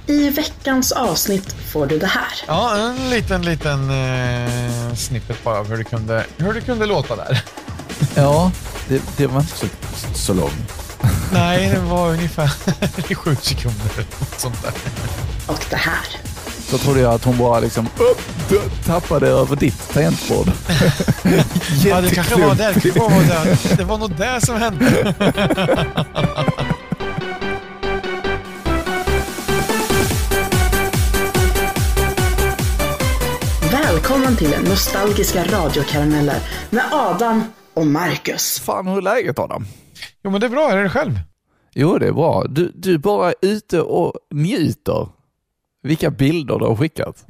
I veckans avsnitt får du det här. Ja, en liten snippet bara av hur det kunde låta där. Ja, det var inte så långt. Nej, det var ungefär 7 sekunder. Sånt där. Och det här. Så trodde jag att hon bara liksom tappade över ditt tangentbord. Ja, det kanske var det. Det var nog det som hände. Välkommen till nostalgiska radiokarameller med Adam och Marcus. Fan, hur är läget, Adam? Jo, men det är bra. Är det själv? Jo, det är bra. Du är bara ute och njuter. Vilka bilder du har skickat.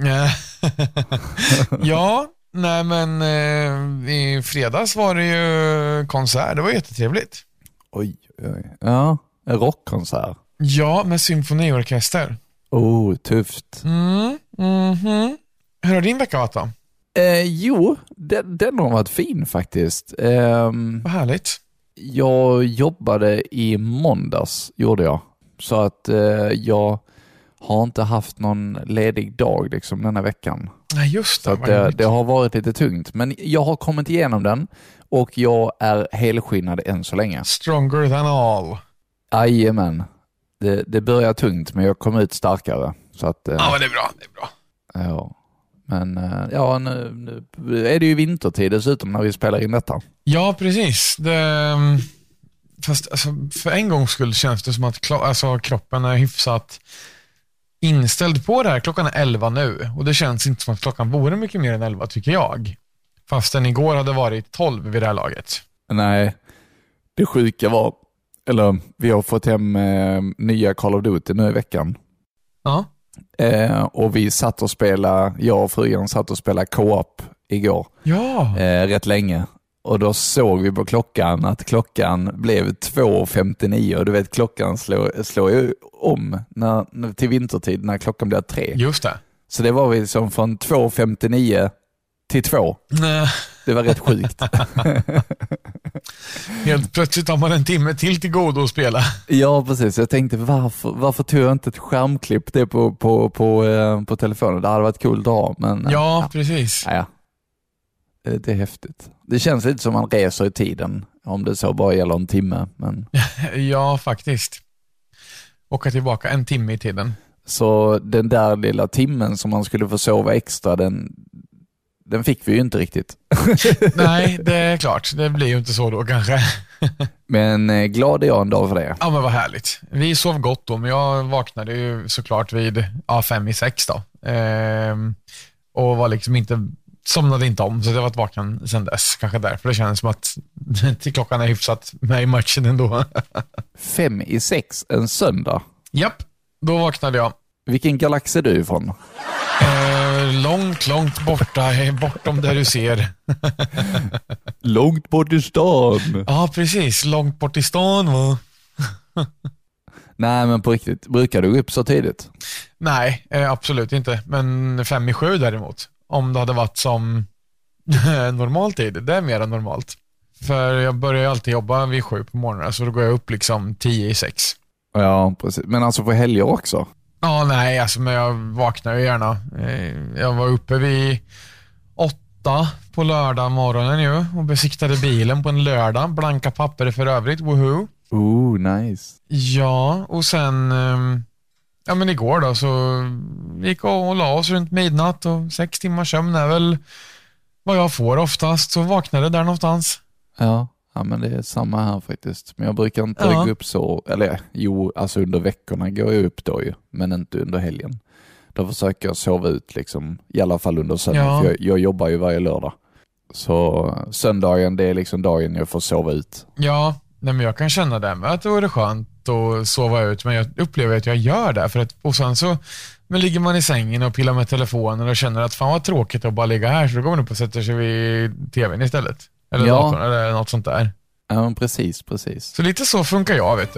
Ja, nej men i fredags var det ju konsert. Det var jättetrevligt. Oj. Ja, en rockkonsert. Ja, med symfoniorkester. Oh, tufft. Hur har din vecka varit då? Jo, den har varit fin faktiskt. Vad härligt. Jag jobbade i måndags, gjorde jag. Så att jag har inte haft någon ledig dag liksom den här veckan. Nej, just det. Så att det har varit lite tungt. Men jag har kommit igenom den och jag är helskinnad än så länge. Stronger than all. Jajamän. Det börjar tungt, men jag kom ut starkare. Så att, ja, men det är bra. Ja. Men ja, nu är det ju vintertid dessutom när vi spelar in detta. Ja, precis. Fast alltså, för en gångs skull känns det som att kroppen är hyfsat inställd på det här. Klockan är 11 nu och det känns inte som att klockan vore mycket mer än 11 tycker jag. Fast den igår hade varit 12 vid det här laget. Nej, det sjuka var, eller vi har fått hem nya Call of Duty nu i veckan. Ja. Och vi satt och spelade, jag och frugan satt och spelade co-op igår. Ja. Rätt länge. Och då såg vi på klockan att klockan blev 2:59 och du vet klockan slår ju om till vintertid när klockan blir 3. Just det. Så det var vi som från 2:59 till 2. Det var rätt sjukt. Helt plötsligt har man en timme till godo att spela. Ja, precis. Jag tänkte, varför tog jag inte ett skärmklipp det på telefonen? Det hade varit kul att ha. Men, ja, precis. Ja. Det är häftigt. Det känns lite som man reser i tiden, om det så bara gäller en timme. Men... ja, faktiskt. Åka tillbaka en timme i tiden. Så den där lilla timmen som man skulle få sova extra, den fick vi ju inte riktigt. Nej, det är klart. Det blir ju inte så då kanske. Men glad är jag en dag för det. Ja, men vad härligt. Vi sov gott då, men jag vaknade ju såklart vid 5:06 då. Och var liksom somnade inte om, så jag har varit vaken sedan dess. Kanske därför det känns som att till klockan är hyfsat med i matchen ändå. 5:06 en söndag? Japp, då vaknade jag. Vilken galax är du ifrån? Långt borta, bortom där du ser. Långt bort i stan. Ja, precis. Långt bort i stan, va? Nej, men på riktigt. Brukar du gå upp så tidigt? Nej, absolut inte. Men 5:07 däremot. Om det hade varit som normal tid. Det är mer än normalt. För jag börjar ju alltid jobba vid 7 på morgonen. Så då går jag upp liksom 5:50. Ja, precis. Men alltså på helger också? Ja, nej. Alltså, men jag vaknar ju gärna. Jag var uppe vid 8 på lördag morgonen ju. Och besiktade bilen på en lördag. Blanka papper för övrigt. Woohoo. Nice. Ja, och sen... ja, men igår då så gick och la oss runt midnatt och 6 timmars sömn är väl vad jag får oftast, så vaknade där någonstans. Ja, men det är samma här faktiskt. Men jag brukar inte gå upp så, eller jo, alltså under veckorna går jag upp då ju, men inte under helgen. Då försöker jag sova ut liksom, i alla fall under söndag, för jag jobbar ju varje lördag. Så söndagen, det är liksom dagen jag får sova ut. Ja, nej, men jag kan känna det med att det är skönt att sova ut, men jag upplever att jag gör det för att, och sen så men ligger man i sängen och pillar med telefonen och känner att fan vad tråkigt att bara ligga här, så då går man upp och sätter sig vid tvn istället eller datorn eller något sånt där. Ja, precis. Så lite så funkar jag, vet du.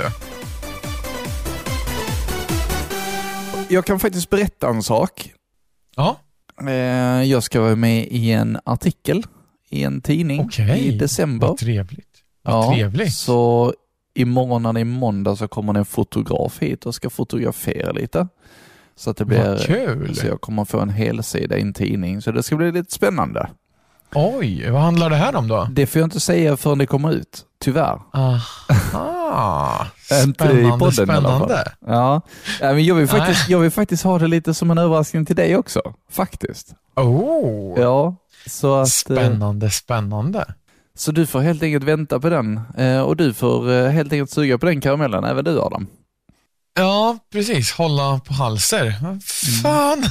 Jag kan faktiskt berätta en sak. Ja. Jag ska vara med i en artikel i en tidning i december. Vad trevligt. Trevligt. Så imorgon när det är måndag så kommer en fotograf hit och ska fotografera lite. Så att det blir... Vad kul! Så jag kommer få en hel sida i en tidning. Så det ska bli lite spännande. Oj, vad handlar det här om då? Det får jag inte säga förrän det kommer ut. Tyvärr. Aha. Spännande, spännande. Ja, men jag vill faktiskt ha det lite som en överraskning till dig också. Faktiskt. Oh. Ja, så att, Spännande. Så du får helt enkelt vänta på den. Och du får helt enkelt suga på den karamellen, även du Adam. Ja, precis. Hålla på halser. Fan!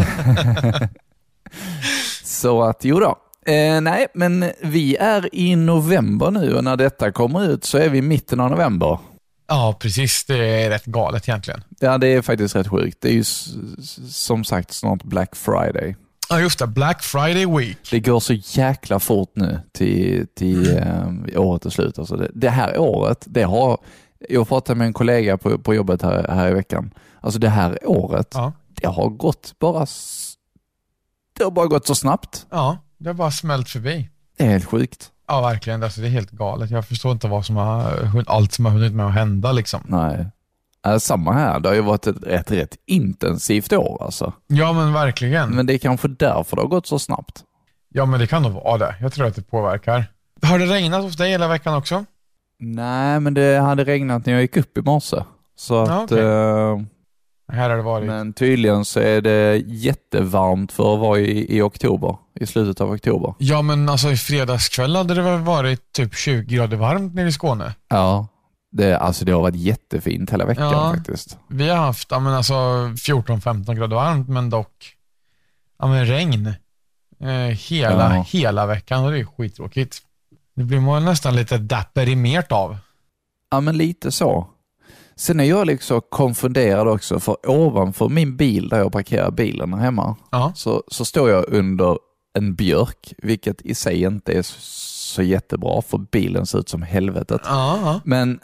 Så att, jo då. Nej, men vi är i november nu och när detta kommer ut så är vi i mitten av november. Ja, precis. Det är rätt galet egentligen. Ja, det är faktiskt rätt sjukt. Det är ju som sagt snart Black Friday. Ja, just det. Black Friday Week. Det går så jäkla fort nu till året är slut. Alltså det här året, jag pratade med en kollega på jobbet här i veckan. Alltså det här året, det har bara gått så snabbt. Ja, det har bara smält förbi. Det är helt sjukt. Ja, verkligen. Alltså, det är helt galet. Jag förstår inte allt som har hunnit med att hända liksom. Nej. Samma här. Det har ju varit ett rätt intensivt år alltså. Ja, men verkligen. Men det är kanske därför det har gått så snabbt. Ja, men det kan nog vara det. Jag tror att det påverkar. Har det regnat hos dig hela veckan också? Nej, men det hade regnat när jag gick upp i morse. Så att... här har det varit. Men tydligen så är det jättevarmt för att vara i oktober. I slutet av oktober. Ja, men alltså i fredagskväll hade det väl varit typ 20 grader varmt nere i Skåne. Ja, det har varit jättefint hela veckan faktiskt. Vi har haft 14-15 grader varmt, men dock regn hela veckan och det är skittråkigt. Det blir man nästan lite deprimert av. Ja, men lite så. Sen är jag liksom konfunderad också, för ovanför min bil där jag parkerar bilen hemma så står jag under en björk, vilket i sig inte är så jättebra för bilen ser ut som helvetet. Men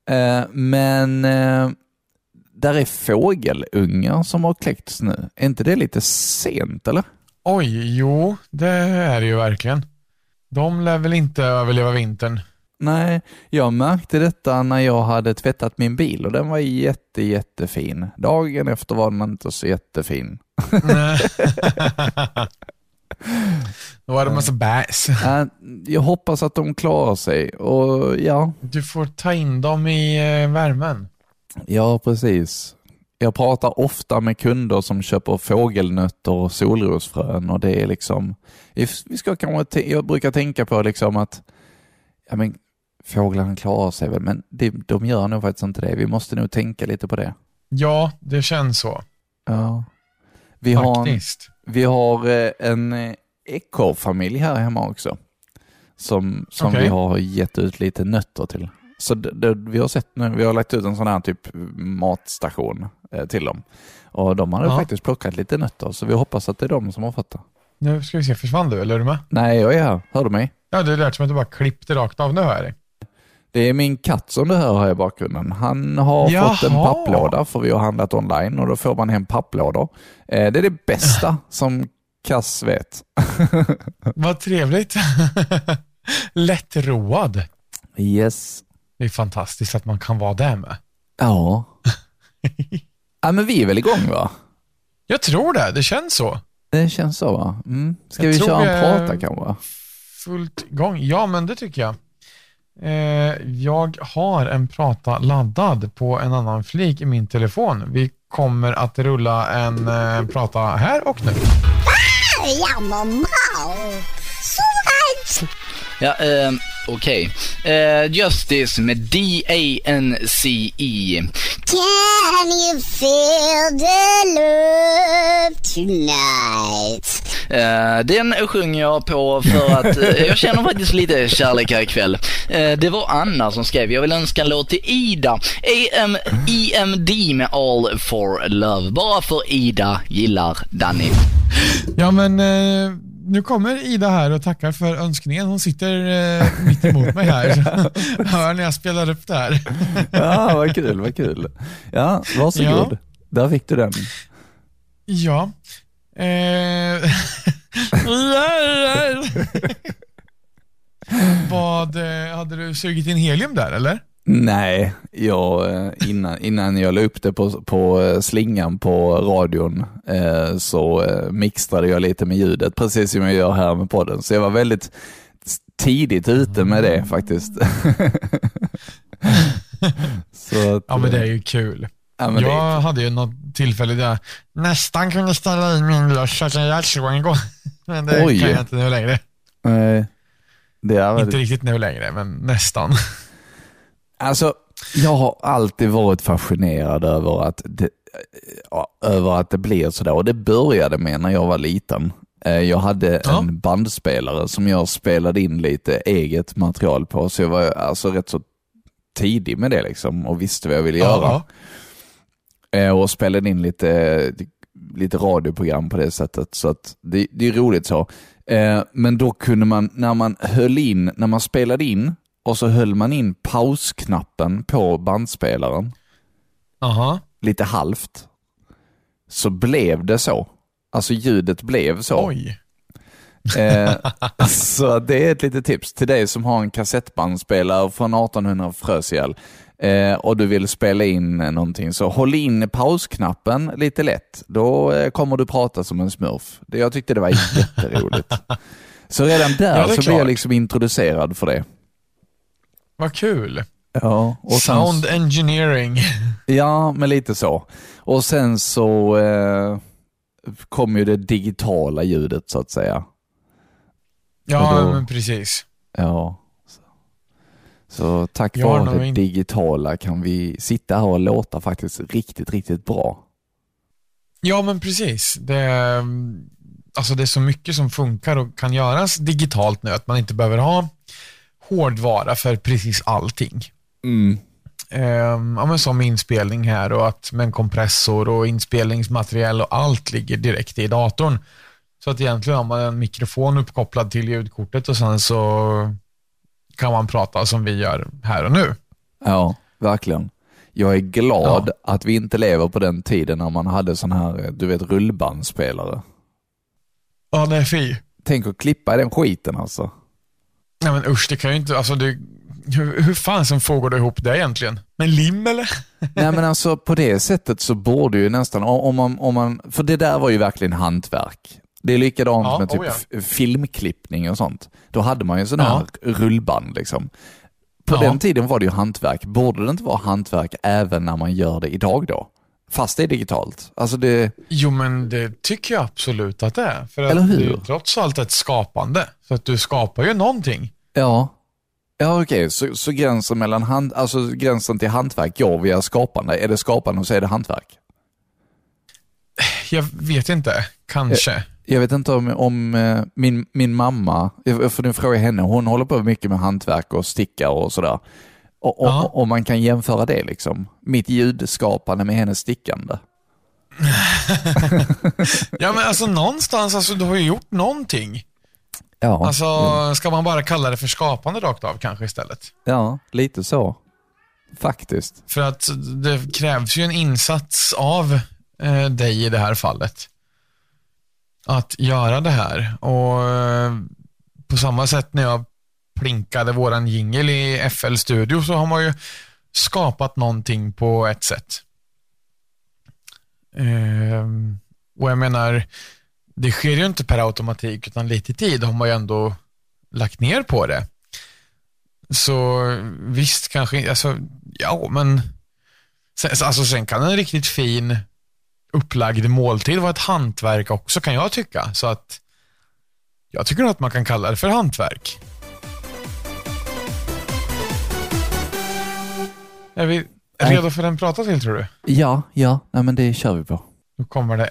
där är fågelungar som har kläckts nu. Är inte det lite sent eller? Oj, jo, det är det ju verkligen. De lär väl inte överleva vintern. Nej, jag märkte detta när jag hade tvättat min bil och den var jättefin. Dagen efter var den inte så jättefin. Då var det massa bäs. Jag hoppas att de klarar sig och ja. Du får ta in dem i värmen. Ja, precis. Jag pratar ofta med kunder som köper fågelnötter och solrosfrön och det är liksom, jag brukar tänka på liksom att fåglarna klarar sig väl, men de gör nog faktiskt inte det. Vi måste nog tänka lite på det. Ja, det känns så. Ja. Vi har en ekorrfamilj här hemma också som vi har gett ut lite nötter till. Så vi har sett nu, vi har lagt ut en sån här typ matstation till dem. Och de hade faktiskt plockat lite nötter, så vi hoppas att det är de som har fått det. Nu ska vi se, försvann du eller är du med? Nej, jag är här. Hör du mig? Ja, det lät som att du bara klippte rakt av. Nu hör jag. Det är min katt som du hör här i bakgrunden. Han har fått en papplåda, för vi har handlat online och då får man hem papplådor. Det är det bästa som Kass vet. Vad trevligt. Lättroad. Yes. Det är fantastiskt att man kan vara där med. Ja. Ja, men vi är väl igång va? Jag tror det. Det känns så. Det känns så va? Ska vi köra en prata kanske? Fullt igång. Ja, men det tycker jag. Jag har en prata laddad på en annan flik i min telefon. Vi kommer att rulla en prata här och nu. Ja, mamma. Så rätt. Ja, okej. Justice med D-A-N-C-E. Can you feel the love tonight? Den sjunger jag på för att jag känner faktiskt lite kärlek här ikväll. Det var Anna som skrev: jag vill önska en låt till Ida. EMD med All for Love. Bara för Ida gillar Danny. Ja, men nu kommer Ida här och tackar för önskningen. Hon sitter mitt emot mig här. Hör när jag spelar upp det här. Ja, vad kul. Ja, varsågod. Ja. Där fick du den. Ja. Hade du sugit in helium där, eller? Nej, innan jag la upp det på slingan på radion så mixtrade jag lite med ljudet, precis som jag gör här med podden. Så jag var väldigt tidigt ute med det faktiskt. Så att, ja, men det är ju kul. Ja, jag hade ju något tillfälle där jag nästan kunde ställa in min röst så att jag såg en gång. Men det kan jag inte nu längre. Det är inte riktigt nu längre, men nästan. Alltså, jag har alltid varit fascinerad över att det blir sådär. Och det började med när jag var liten. Jag hade en bandspelare som jag spelade in lite eget material på. Så jag var alltså rätt så tidig med det liksom och visste vad jag ville göra. Och spelade in lite radioprogram på det sättet. Så att det är roligt så. Men då kunde man, när man spelade in och så höll man in pausknappen på bandspelaren. Lite halvt. Så blev det så. Alltså ljudet blev så. Oj. Så det är ett litet tips till dig som har en kassettbandspelare från 1800 frös ihjäl och du vill spela in någonting, så håll in pausknappen lite lätt. Då kommer du prata som en smurf. Jag tyckte det var jätteroligt. Så redan där så blev jag liksom introducerad för det. Vad kul. Ja, och sound engineering. Ja, men lite så. Och sen så kom ju det digitala ljudet så att säga. Ja, men precis. Ja. Så tack vare det digitala kan vi sitta här och låta faktiskt riktigt, riktigt bra. Ja, men precis. Det är så mycket som funkar och kan göras digitalt nu att man inte behöver ha hårdvara för precis allting. Men som inspelning här och att med en kompressor och inspelningsmaterial och allt ligger direkt i datorn. Så att egentligen har man en mikrofon uppkopplad till ljudkortet och sen så kan man prata som vi gör här och nu. Ja, verkligen. Jag är glad att vi inte lever på den tiden när man hade sån här, du vet, rullbandspelare. Ja, det är fy. Tänk att klippa i den skiten alltså. Nej men usch, det kan ju inte, alltså hur fan som får det ihop det egentligen? Med lim eller? Nej men alltså på det sättet så borde ju nästan, om man för det där var ju verkligen hantverk. Det är likadant med typ filmklippning och sånt. Då hade man ju sån här rullband liksom. På den tiden var det ju hantverk. Borde det inte vara hantverk även när man gör det idag då? Fast det är digitalt. Alltså det... Jo, men det tycker jag absolut att det är. För att eller hur? det är trots allt ett skapande. Så att du skapar ju någonting. Ja, okej. Så gränsen mellan gränsen till hantverk går via skapande. Är det skapande så är det hantverk? Jag vet inte. Kanske. Jag vet inte om min mamma, jag får nu fråga henne, hon håller på mycket med hantverk och stickar och sådär. Och man kan jämföra det liksom. Mitt ljudskapande med hennes stickande. Ja men alltså någonstans, alltså du har ju gjort någonting. Ja. Alltså ska man bara kalla det för skapande rakt av kanske istället? Ja, lite så. Faktiskt. För att det krävs ju en insats av dig i det här fallet. Att göra det här. Och på samma sätt när jag plinkade våran jingle i FL Studio så har man ju skapat någonting på ett sätt. Och jag menar, det sker ju inte per automatik utan lite tid har man ju ändå lagt ner på det. Så visst kanske, alltså, ja men sen kan en riktigt fin upplagd måltid vara ett hantverk också kan jag tycka. Så att jag tycker att man kan kalla det för hantverk. Är vi redo för en prata till tror du? Ja, nej, men det kör vi på. Då kommer det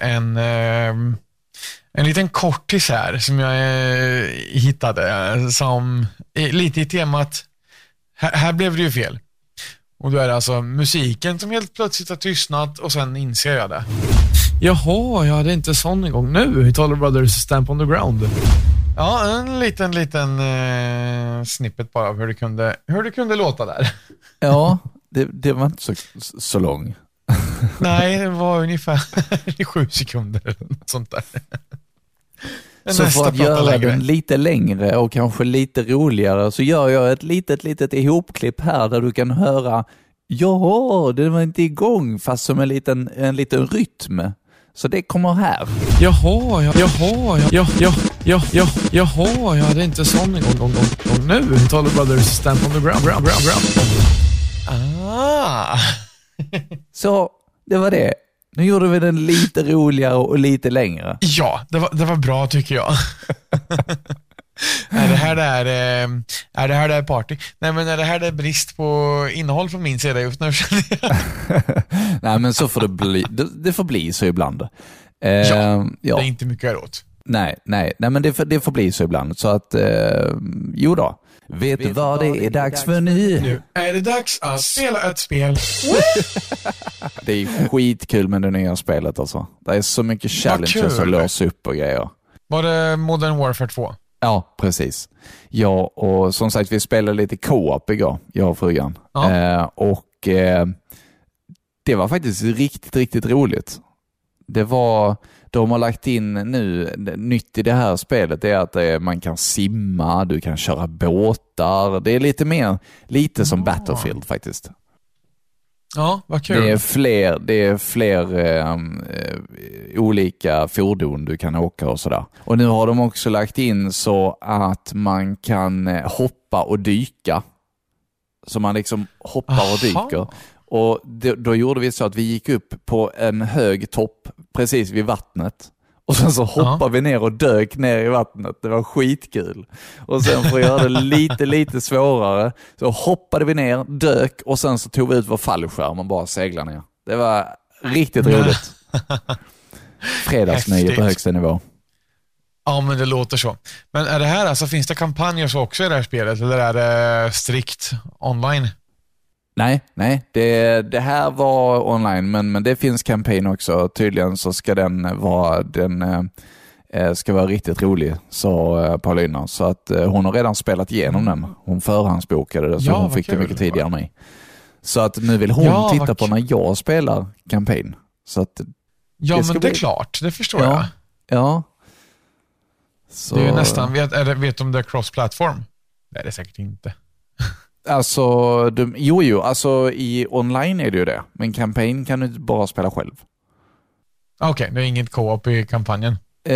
en liten kortis här som jag hittade som lite i temat här blev det ju fel. Och då är det alltså musiken som helt plötsligt har tystnat och sen inser jag det. Jaha, jag hade inte sån en gång nu. Italy Brothers Stamp on the Ground. Ja, en liten snippet bara av hur det kunde låta där. Ja, det var inte så lång. Nej, det var ungefär 7 sekunder eller något sånt där. Så för att göra den lite längre och kanske lite roligare så gör jag ett litet ihopklipp här där du kan höra ja, det var inte igång fast som en liten rytm. Så det kommer här. Jaha, det är inte sån gång. Nu talar Brothers Stamp on the ground. Ah. Så, det var det. Nu gjorde vi den lite roligare och lite längre. Ja, det var bra tycker jag. Är det här där party? Nej, men är det här där brist på innehåll från min sida just nu? Nej, men så får det bli. Det får bli så ibland. Ja, det är inte mycket åt. Nej, men det får bli så ibland. Så att, jo då. Vet du vad det är dags för nu? Nu är det dags att spela ett spel. Det är skitkul med det nya spelet alltså. Det är så mycket challenges att lösa upp och grejer. Var det Modern Warfare 2? Ja, precis. Ja, och som sagt, vi spelade lite co-op igår, jag och frugan. Ja. Det var faktiskt riktigt roligt. De har lagt in nu, nytt i det här spelet är att man kan simma, du kan köra båtar. Det är lite som Battlefield faktiskt. Ja, vad kul. Det är fler olika fordon du kan åka och sådär. Och nu har de också lagt in så att man kan hoppa och dyka. Så man liksom hoppar och dyker. Och då gjorde vi så att vi gick upp på en hög topp precis vid vattnet. Och sen så hoppade vi ner och dök ner i vattnet. Det var skitkul. Och sen för att göra det lite svårare så hoppade vi ner, dök och sen så tog vi ut vår fallskärm och bara seglade ner. Det var riktigt roligt. Fredagsnöje på högsta nivå. Ja, men det låter så. Men är det här, alltså finns det kampanjer så också i det här spelet eller är det strikt online? Nej, det här var online, men det finns campaign också. Tydligen så ska den ska vara riktigt rolig, så Paulina. Så att hon har redan spelat igenom den. Hon förhandsbokade det, så hon fick det mycket tidigare än mig. Så att nu vill hon titta på när jag spelar campaign. Så att men det är klart, det förstår jag. Ja. Så... Det är ju nästan, vet om det är cross-platform? Nej, det är säkert inte. Alltså, alltså i online är det ju det. Men campaign kan du bara spela själv. Okej, det är inget co-op i kampanjen?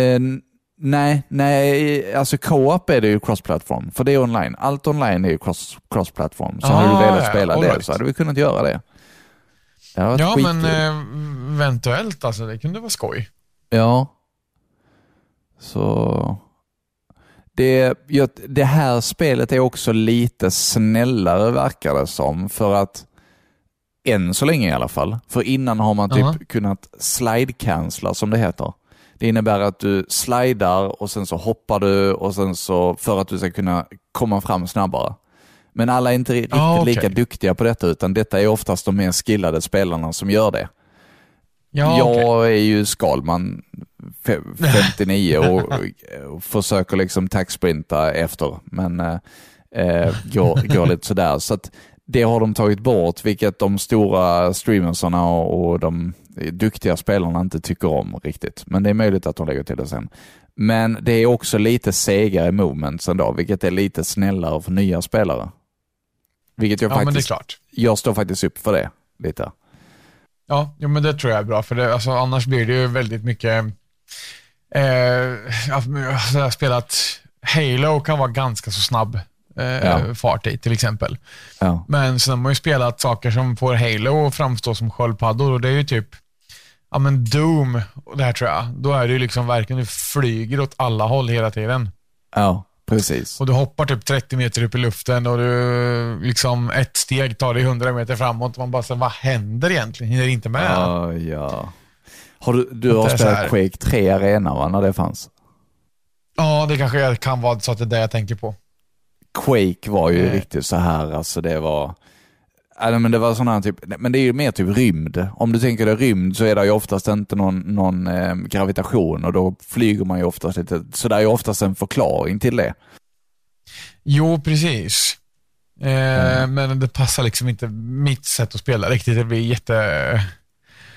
Nej, alltså co-op är det ju cross-platform. För det är online. Allt online är ju cross-platform. Så hade du velat spela det så hade vi kunnat göra det. Ja, men eventuellt alltså, det kunde vara skoj. Ja. Så... Det här spelet är också lite snällare verkar det som, för att än så länge i alla fall, för innan har man typ kunnat slide-cancella som det heter. Det innebär att du slidar och sen så hoppar du och sen så för att du ska kunna komma fram snabbare. Men alla är inte riktigt lika duktiga på detta, utan detta är oftast de mer skillade spelarna som gör det. Jag är ju Skalman 59 och försöker liksom tacksprinta efter, men går lite sådär. Så att det har de tagit bort, vilket de stora streamersarna och de duktiga spelarna inte tycker om riktigt. Men det är möjligt att de lägger till det sen. Men det är också lite segare movements ändå, vilket är lite snällare för nya spelare. Vilket jag faktiskt, men det är klart. Jag står faktiskt upp för det lite. Ja, men det tror jag är bra, för det, alltså, annars blir det ju väldigt mycket jag har spelat Halo kan vara ganska så snabb fart i till exempel. Ja. Men sen har man ju spelat saker som får Halo att framstå som sköldpaddor, och det är ju typ Doom och det här tror jag. Då är det ju liksom verkligen du flyger åt alla håll hela tiden. Ja, precis. Och du hoppar typ 30 meter upp i luften och du liksom ett steg tar dig 100 meter framåt och man bara säger, vad händer egentligen? Hinner inte med. Ja. Du har spelat Quake 3 Arena, va, när det fanns? Ja, det kanske kan vara så att det är det jag tänker på. Quake var ju riktigt så här, alltså det var... men det var sån här typ, men det är ju mer typ rymd. Om du tänker det rymd så är det ju oftast inte någon gravitation, och då flyger man ju oftast lite, så det är ju oftast en förklaring till det. Jo, precis. Men det passar liksom inte mitt sätt att spela riktigt. Det blir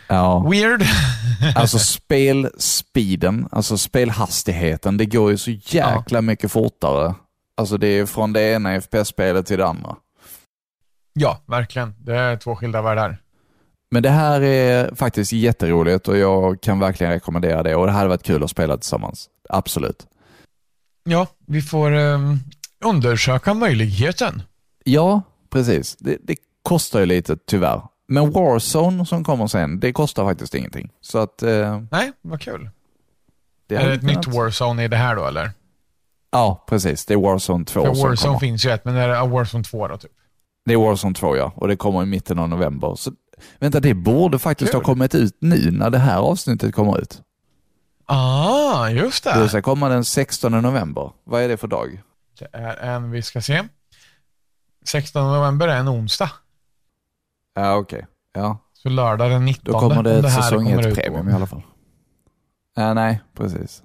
Ja. Weird. Alltså spelspeeden, alltså spelhastigheten, det går ju så jäkla mycket fortare. Alltså det är från det ena FPS-spelet till det andra. Ja, verkligen. Det är 2 skilda världar. Men det här är faktiskt jätteroligt och jag kan verkligen rekommendera det. Och det hade varit kul att spela tillsammans. Absolut. Ja, vi får undersöka möjligheten. Ja, precis. Det kostar ju lite tyvärr. Men Warzone som kommer sen, det kostar faktiskt ingenting. Så att... Nej, vad kul. Det är det ett nytt Warzone i det här då, eller? Ja, precis. Det är Warzone 2 För som Warzone kommer. finns ju ett, men det är Warzone 2 då typ. Det är Warzone 2, ja. Och det kommer i mitten av november. Så, vänta, det borde faktiskt ha kommit ut nu när det här avsnittet kommer ut. Ah, just det. Det ska komma den 16 november. Vad är det för dag? Det är vi ska se. 16 november är en onsdag. Ja, okej. Ja. Så lördag den 19. Då kommer det ett här säsong kommer 1 ut premium på. i alla fall. Nej, precis.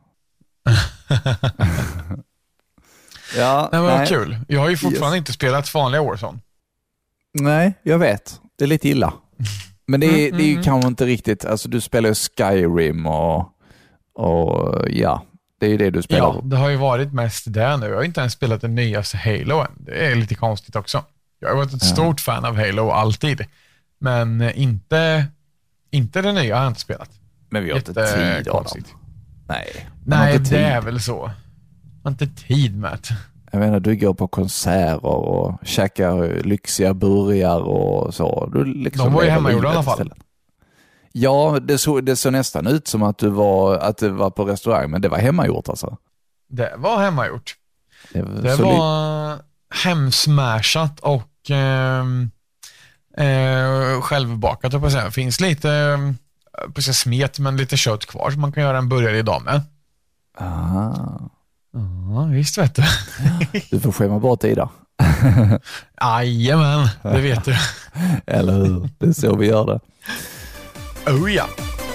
Ja, Nej, men vad kul. Jag har ju fortfarande inte spelat vanliga Warzone. Nej, jag vet. Det är lite illa. Men det är ju kanske inte riktigt, alltså du spelar ju Skyrim och ja, det är ju det du spelar. Ja, det har ju varit mest det nu. Jag har inte ens spelat den nyaste Halo än. Det är lite konstigt också. Jag har varit ett stort fan av Halo alltid. Men inte det nya har jag inte spelat. Men vi har inte tid av dem. Nej, inte tid. Det är väl så. Jag har inte tid med det. Jag menar, du går på konserter och käkar lyxiga burgar och så. Du liksom de var ju hemmagjorda i alla fall. Istället. Ja, det såg nästan ut som att du var på restaurang, men det var hemmagjort alltså. Det var hemmagjort. Det så var hemsmashat och självbakat. Det finns lite precis smet, men lite kött kvar som man kan göra en burgare idag med. Aha. Ja, visst vet du. Du får skämma bort Ida. Jajamän, det vet du. Eller hur? Det är så vi gör det. Oh ja.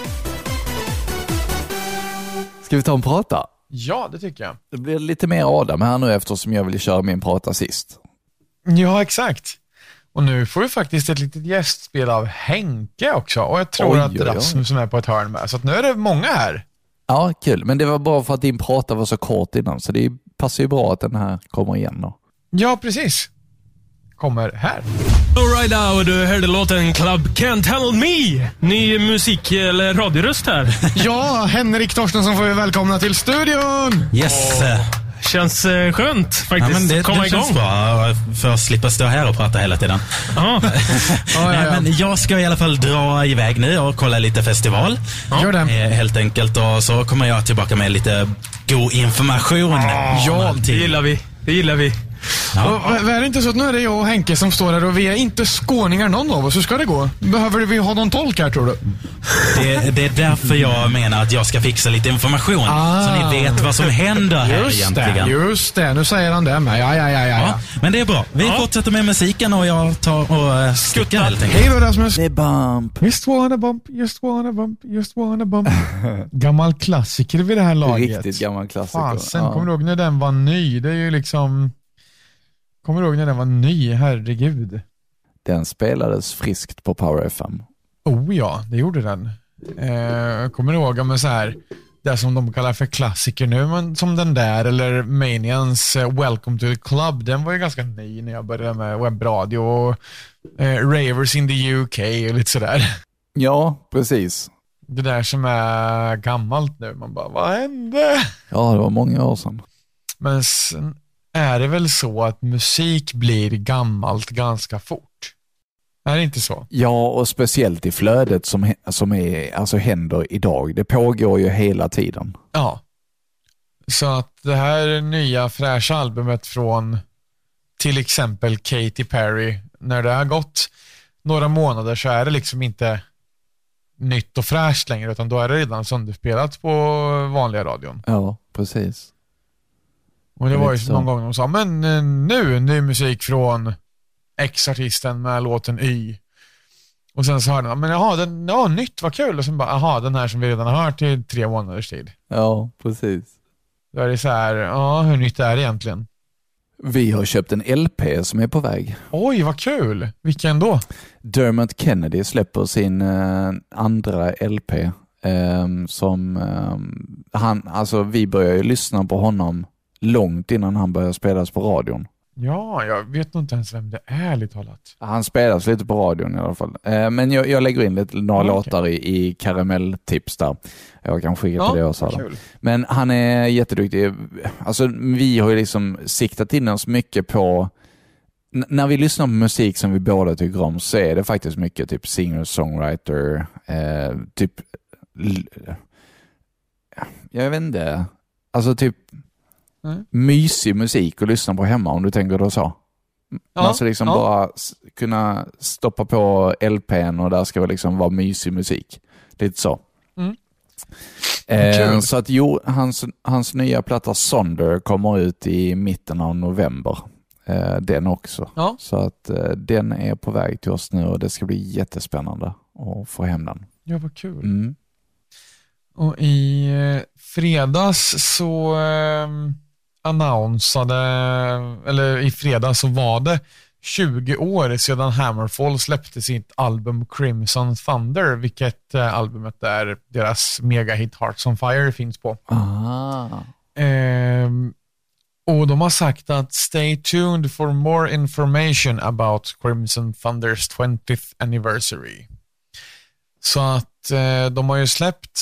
Ska vi ta en prata? Ja, det tycker jag. Det blir lite mer Adam här nu eftersom jag vill köra min prata sist. Ja, exakt. Och nu får vi faktiskt ett litet gästspel av Henke också. Och jag tror att Rasmus som är på ett hörn med. Så att nu är det många här. Ja, kul. Men det var bara för att din prata var så kort innan. Så det passar ju bra att den här kommer igen då. Ja, precis. Kommer här. All right now, du hörde låten Club Can't Handle Me. Ny musik eller radioröst här. Ja, Henrik Torstensson får vi välkomna till studion. Yes. Känns skönt faktiskt. Ja, men det känns bra för att slippa stå här och prata hela tiden. Ja. Men jag ska i alla fall dra iväg nu och kolla lite festival. Gör det. Helt enkelt, och så kommer jag tillbaka med lite god information. Ja, det gillar vi. Det gillar vi. Ja. Och är det inte så att nu är det jag och Henke som står här och vi är inte skåningar någon av oss? Hur ska det gå? Behöver vi ha någon tolk här, tror du? Det är därför jag menar att jag ska fixa lite information. Så ni vet vad som händer här egentligen. Just det, nu säger han det med. Ja. Men det är bra. Vi fortsätter med musiken och jag tar och stickar helt enkelt. Hej då, Rasmus. Det är bump. Just wanna bump, just wanna bump, just wanna bump. Gammal klassiker vid det här laget. Riktigt gammal klassiker. Sen kommer du ihåg när den var ny? Det är ju liksom... Kommer du ihåg när den var ny? Herregud. Den spelades friskt på Power FM. Oh ja, det gjorde den. Kommer du ihåg med så här, det som de kallar för klassiker nu, men som den där, eller Manians Welcome to the Club, den var ju ganska ny när jag började med webbradio och Ravers in the UK och lite sådär. Ja, precis. Det där som är gammalt nu, man bara, vad hände? Ja, det var många år sedan. Men sen är det väl så att musik blir gammalt ganska fort? Är det inte så? Ja, och speciellt i flödet som är, alltså händer idag. Det pågår ju hela tiden. Ja. Så att det här nya fräscha albumet från till exempel Katy Perry, när det har gått några månader så är det liksom inte nytt och fräscht längre, utan då är det redan sönderspelat på vanliga radion. Ja, precis. Och det var ju någon gång de sa, men nu ny musik från X-artisten med låten Y. Och sen så hörde de, men nytt, vad kul. Och sen bara, den här som vi redan har hört i 3 månaders tid. Ja, precis. Då är det så här, hur nytt är det egentligen? Vi har köpt en LP som är på väg. Oj, vad kul. Vilken då? Dermot Kennedy släpper sin andra LP. Vi började ju lyssna på honom långt innan han började spelas på radion. Ja, jag vet nog inte ens vem det är, ärligt talat. Han spelas lite på radion i alla fall. Men jag lägger in några låtar i karamelltips där. Jag kan skicka till det också. Men han är jätteduktig. Alltså, vi har ju liksom siktat in oss mycket på... När vi lyssnar på musik som vi båda tycker om så är det faktiskt mycket typ singer-songwriter, typ... Jag vet inte. Alltså typ mysig musik att lyssna på hemma, om du tänker då så. Alltså liksom bara kunna stoppa på LPn och där ska det liksom vara mysig musik. Lite så. Så att hans nya platta Sonder kommer ut i mitten av november. Den också. Ja. Så att den är på väg till oss nu och det ska bli jättespännande att få hem den. Ja, vad kul. Och i fredags så i fredags så var det 20 år sedan Hammerfall släppte sitt album Crimson Thunder, vilket albumet där deras megahit Hearts on Fire finns på. Och de har sagt att stay tuned for more information about Crimson Thunders 20th anniversary. Så att de har ju släppt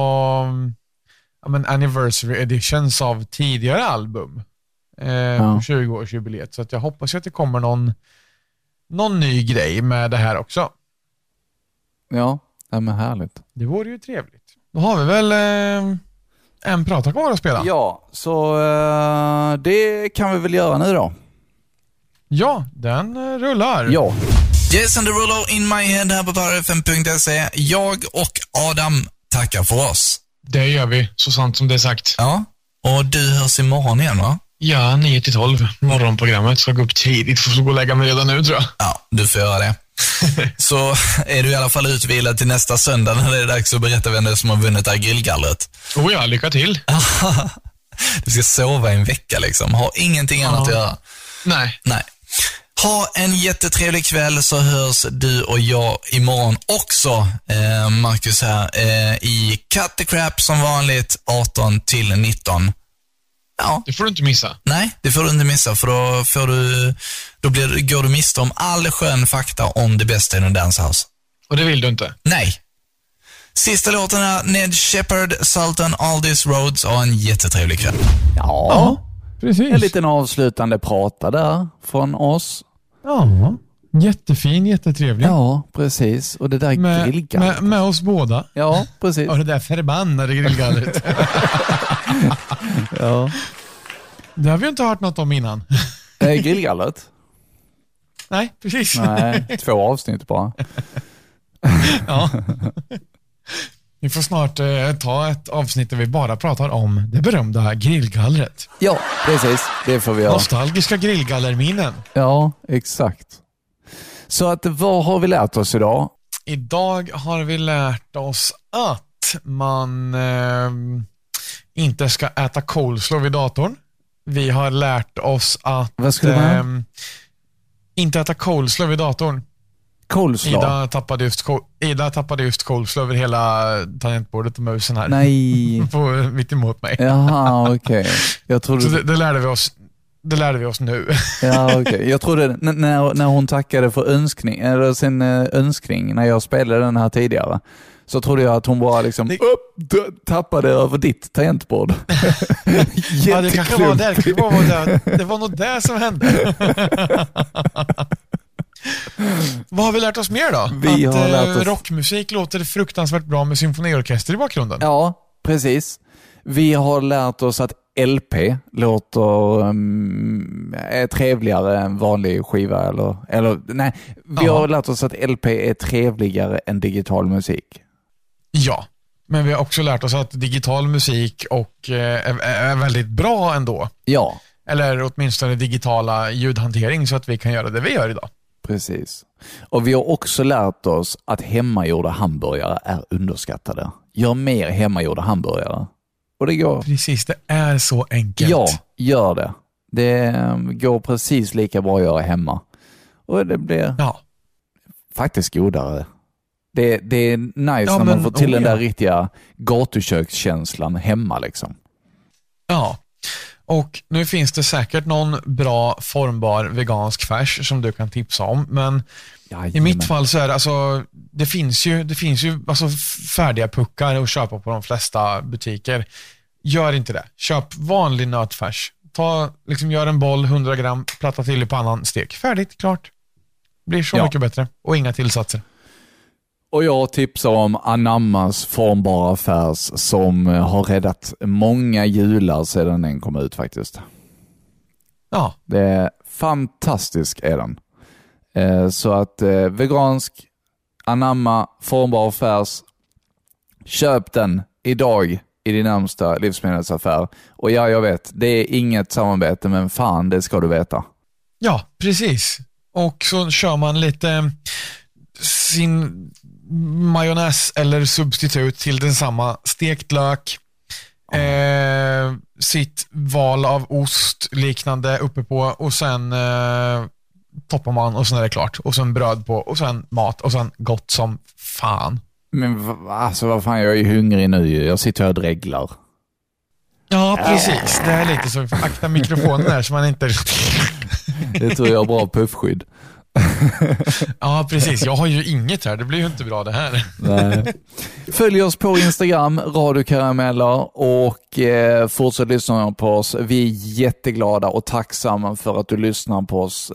anniversary editions av tidigare album på 20-årsjubileet. Så att jag hoppas att det kommer någon ny grej med det här också. Ja, men härligt. Det vore ju trevligt. Då har vi väl en prata kvar att spela. Ja, så det kan vi väl göra nu då. Ja, den rullar. Ja. Jason Derulo in my head här på powerfm.se. Jag och Adam tackar för oss. Det gör vi, så sant som det är sagt. Ja, och du hörs imorgon igen, va? Ja, 9-12. Morgonprogrammet ska gå upp tidigt för att gå och lägga mig redan nu, tror jag. Ja, du får göra det. Så är du i alla fall utvilad till nästa söndag när det är dags att berätta vem det är som har vunnit det här grillgallret. Oh ja, lycka till. Du ska sova en vecka liksom. Har ingenting annat att göra. Nej. Ha en jättetrevlig kväll, så hörs du och jag imorgon också. Marcus här i Cut the Crap som vanligt 18-19. Ja. Det får du inte missa. Nej, det får du inte missa, för då går du miste om all skön fakta om det bästa inom Dancehouse. Och det vill du inte? Nej. Sista låten är Ned Shepard, Sultan, All These Roads, och en jättetrevlig kväll. Ja, precis. En liten avslutande prata där från oss. Ja, jättefin, jättetrevlig. Ja, precis. Och det där grillgallret. Med oss båda. Ja, precis. Och det där förbannade grillgallret. Ja. Det har vi inte hört något om innan. Grillgallret? Nej, precis. Nej, 2 avsnitt bara. Ja. Vi får snart ta ett avsnitt där vi bara pratar om det berömda grillgallret. Ja, precis. Det får vi göra. Nostalgiska grillgallerminnen. Ja, exakt. Så att, vad har vi lärt oss idag? Idag har vi lärt oss att man inte ska äta coleslaw vid datorn. Vi har lärt oss att inte äta coleslaw vid datorn. Coleslaw? Ida tappade just coleslaw över hela tangentbordet och musen här. Nej. Mitt emot mig. Jaha, okej. Okay. Så det lärde vi oss nu. Ja, okej. Okay. Jag trodde när hon tackade för sin önskning när jag spelade den här tidigare, så trodde jag att hon bara liksom tappade över ditt tangentbord. Ja, det kanske var där. Det var nog det som hände. Vad har vi lärt oss mer då? Vi har lärt oss... rockmusik låter fruktansvärt bra med symfoniorkester i bakgrunden. Ja, precis. Vi har lärt oss att LP låter är trevligare än vanlig skiva vi har lärt oss att LP är trevligare än digital musik. Ja, men vi har också lärt oss att digital musik är väldigt bra ändå. Ja. Eller åtminstone digitala ljudhantering så att vi kan göra det vi gör idag. Precis. Och vi har också lärt oss att hemmagjorda hamburgare är underskattade. Gör mer hemmagjorda hamburgare. Och det går. Precis, det är så enkelt. Ja, gör det. Det går precis lika bra att göra hemma. Och det blir faktiskt godare. Det är nice när man får till den där riktiga gatukökskänslan hemma liksom. Ja, och nu finns det säkert någon bra formbar vegansk färs som du kan tipsa om, men i mitt fall så är det alltså, det finns ju alltså färdiga puckar att köpa på de flesta butiker. Gör inte det. Köp vanlig nötfärs. Gör en boll, 100 gram, platta till i pannan, stek. Färdigt, klart. Blir så mycket bättre. Och inga tillsatser. Och jag tipsar om Anammas formbara färs som har räddat många jular sedan den kom ut faktiskt. Ja. Det är fantastisk är den. Så att vegansk Anamma formbar färs, köp den idag i din närmsta livsmedelsaffär. Och ja, jag vet, det är inget samarbete, men fan, det ska du veta. Ja, precis. Och så kör man lite sin majonnäs eller substitut till densamma. Stekt lök, sitt val av ost liknande uppe på, och sen toppar man och sen är det klart. Och sen bröd på och sen mat och sen gott som fan. Men alltså vad fan, jag är ju hungrig nu. Jag sitter här och dreglar. Ja, precis. Det är lite så. Akta mikrofonen där så man inte... Det tror jag är bra puffskydd. Ja, precis. Jag har ju inget här. Det blir ju inte bra det här. Nej. Följ oss på Instagram, Radio Karameller, och fortsätt lyssna på oss. Vi är jätteglada och tacksamma för att du lyssnar på oss.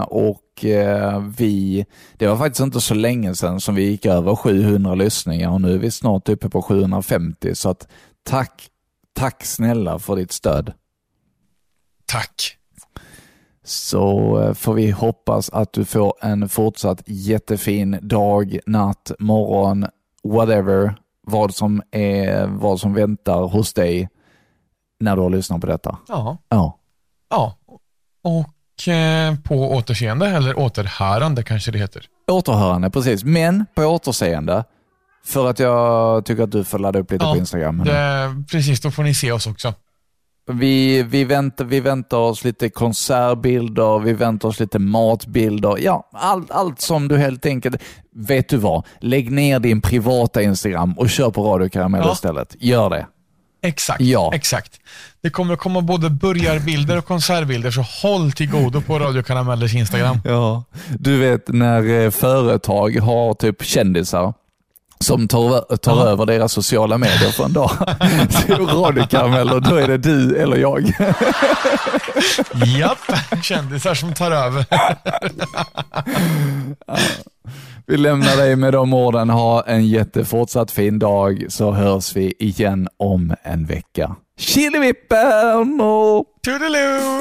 Det var faktiskt inte så länge sedan som vi gick över 700 lyssningar och nu är vi snart uppe på 750. Så att tack snälla för ditt stöd. Tack. Så får vi hoppas att du får en fortsatt jättefin dag, natt, morgon, whatever, vad som väntar hos dig när du har lyssnat på detta. Ja. Och på återseende, eller återhörande kanske det heter. Återhörande, precis. Men på återseende, för att jag tycker att du får ladda upp lite på Instagram. Precis, då får ni se oss också. Vi väntar oss lite konsertbilder, vi väntar oss lite matbilder. Ja, allt som du helt enkelt... Vet du vad? Lägg ner din privata Instagram och kör på Radio Karamell istället. Gör det. Exakt. Det kommer komma både burgarbilder och konsertbilder, så håll till godo på Radio Karamellers Instagram. Ja, du vet när företag har typ kändisar som tar över deras sociala medier för en dag. Radio Karameller, då är det du eller jag. Japp, kändisar som tar över. Vi lämnar dig med de orden. Ha en jättefortsatt fin dag, så hörs vi igen om en vecka. Chilivippen och toodaloo!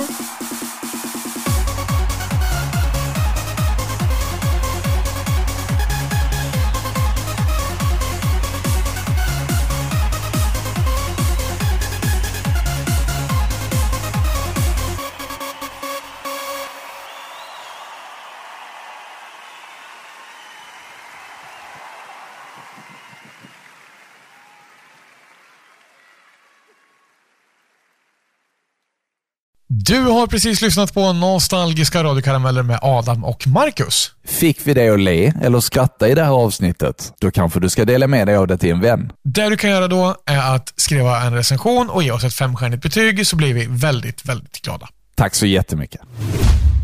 Du har precis lyssnat på nostalgiska radiokarameller med Adam och Marcus. Fick vi dig att le eller skratta i det här avsnittet? Då kanske du ska dela med dig av det till en vän. Det du kan göra då är att skriva en recension och ge oss ett 5-stjärnigt betyg, så blir vi väldigt, väldigt glada. Tack så jättemycket.